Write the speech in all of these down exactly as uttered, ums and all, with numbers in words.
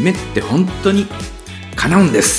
夢って本当に叶うんです。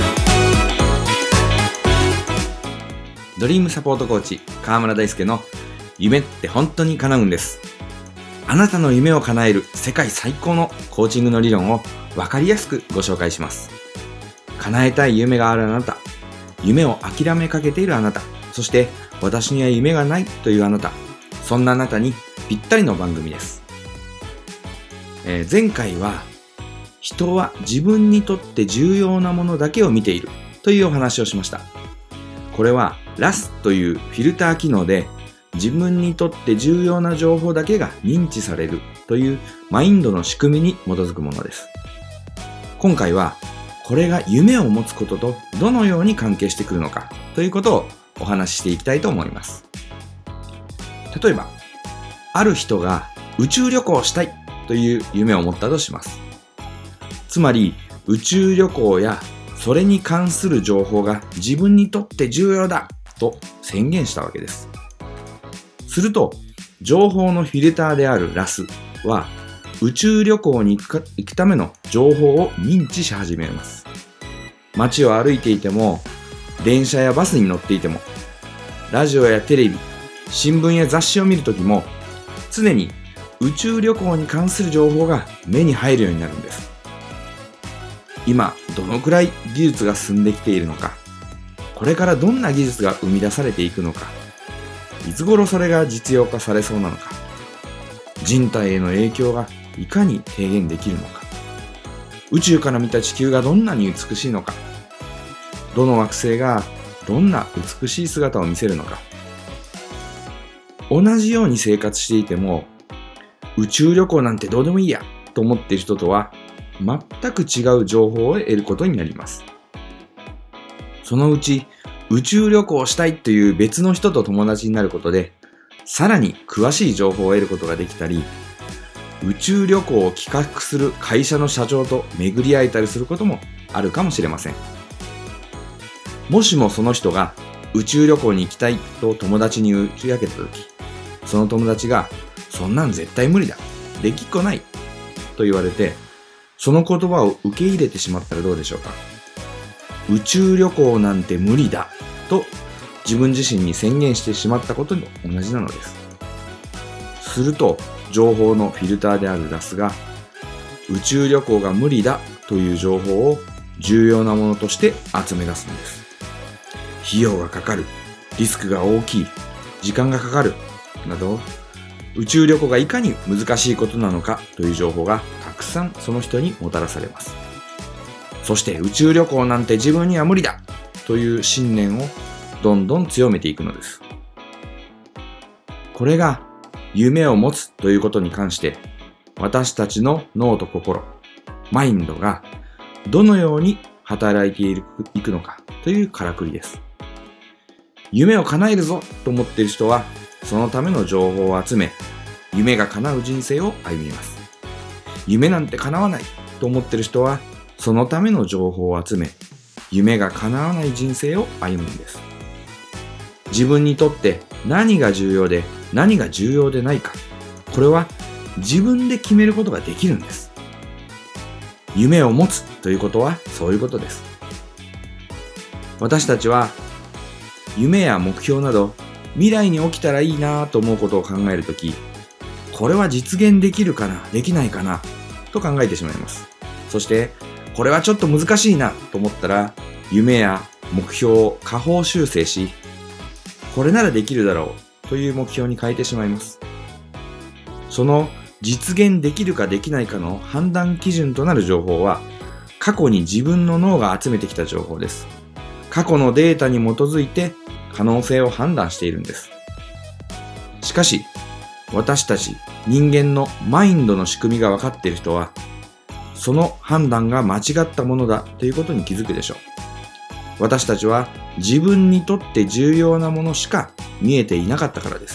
ドリームサポートコーチ川村大輔の夢って本当に叶うんです。あなたの夢を叶える世界最高のコーチングの理論を分かりやすくご紹介します。叶えたい夢があるあなた、夢を諦めかけているあなた、そして私には夢がないというあなた、そんなあなたにぴったりの番組です。えー、前回は人は自分にとって重要なものだけを見ているというお話をしました。これは ラス というフィルター機能で自分にとって重要な情報だけが認知されるというマインドの仕組みに基づくものです。今回はこれが夢を持つこととどのように関係してくるのかということをお話ししていきたいと思います。例えば、ある人が宇宙旅行をしたいという夢を持ったとします。つまり宇宙旅行やそれに関する情報が自分にとって重要だと宣言したわけです。すると、情報のフィルターである ラス は宇宙旅行に行くか、行くための情報を認知し始めます。街を歩いていても、電車やバスに乗っていても、ラジオやテレビ、新聞や雑誌を見るときも、常に宇宙旅行に関する情報が目に入るようになるんです。今、どのくらい技術が進んできているのか、これからどんな技術が生み出されていくのか、いつ頃それが実用化されそうなのか、人体への影響がいかに低減できるのか、宇宙から見た地球がどんなに美しいのか、どの惑星がどんな美しい姿を見せるのか。同じように生活していても、宇宙旅行なんてどうでもいいやと思っている人とは全く違う情報を得ることになります。そのうち宇宙旅行をしたいという別の人と友達になることで、さらに詳しい情報を得ることができたり、宇宙旅行を企画する会社の社長と巡り合えたりすることもあるかもしれません。もしもその人が宇宙旅行に行きたいと友達に打ち明けたとき、その友達がそんなん絶対無理だ、できっこないと言われて、その言葉を受け入れてしまったらどうでしょうか。宇宙旅行なんて無理だと自分自身に宣言してしまったことと同じなのです。すると情報のフィルターである ラス が宇宙旅行が無理だという情報を重要なものとして集め出すんです。費用がかかる、リスクが大きい、時間がかかるなど、宇宙旅行がいかに難しいことなのかという情報がたくさんその人にもたらされます。そして宇宙旅行なんて自分には無理だという信念をどんどん強めていくのです。これが夢を持つということに関して、私たちの脳と心、マインドがどのように働いていくのかというからくりです。夢を叶えるぞと思っている人は、そのための情報を集め、夢が叶う人生を歩みます。夢なんて叶わないと思っている人は、そのための情報を集め、夢が叶わない人生を歩むんです。自分にとって何が重要で何が重要でないか、これは自分で決めることができるんです。夢を持つということはそういうことです。私たちは夢や目標など未来に起きたらいいなと思うことを考えるとき、これは実現できるかな、できないかなと考えてしまいます。そしてこれはちょっと難しいなと思ったら、夢や目標を下方修正し、これならできるだろうという目標に変えてしまいます。その実現できるかできないかの判断基準となる情報は、過去に自分の脳が集めてきた情報です。過去のデータに基づいて可能性を判断しているんです。しかし、私たち人間のマインドの仕組みが分かっている人は、その判断が間違ったものだということに気づくでしょう。私たちは自分にとって重要なものしか見えていなかったからです。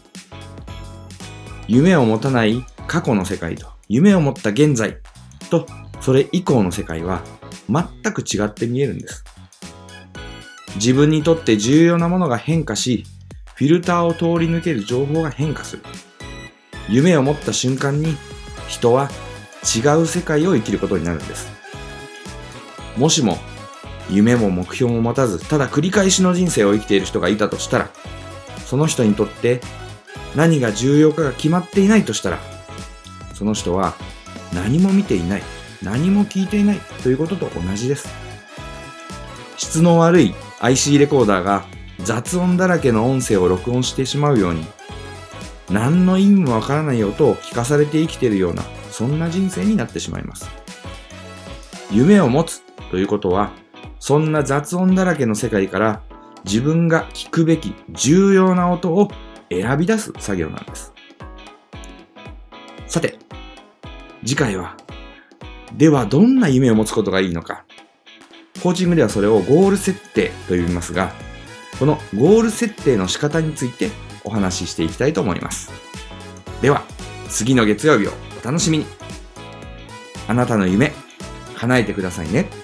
夢を持たない過去の世界と夢を持った現在とそれ以降の世界は全く違って見えるんです。自分にとって重要なものが変化し、フィルターを通り抜ける情報が変化する。夢を持った瞬間に人は違う世界を生きることになるんです。もしも夢も目標も持たず、ただ繰り返しの人生を生きている人がいたとしたら、その人にとって何が重要かが決まっていないとしたら、その人は何も見ていない、何も聞いていないということと同じです。質の悪い アイシー レコーダーが雑音だらけの音声を録音してしまうように、何の意味もわからない音を聞かされて生きているような、そんな人生になってしまいます。夢を持つということは、そんな雑音だらけの世界から自分が聞くべき重要な音を選び出す作業なんです。さて、次回は、ではどんな夢を持つことがいいのか。コーチングではそれをゴール設定と呼びますが、このゴール設定の仕方についてお話ししていきたいと思います。では、次の月曜日をお楽しみに。あなたの夢、叶えてくださいね。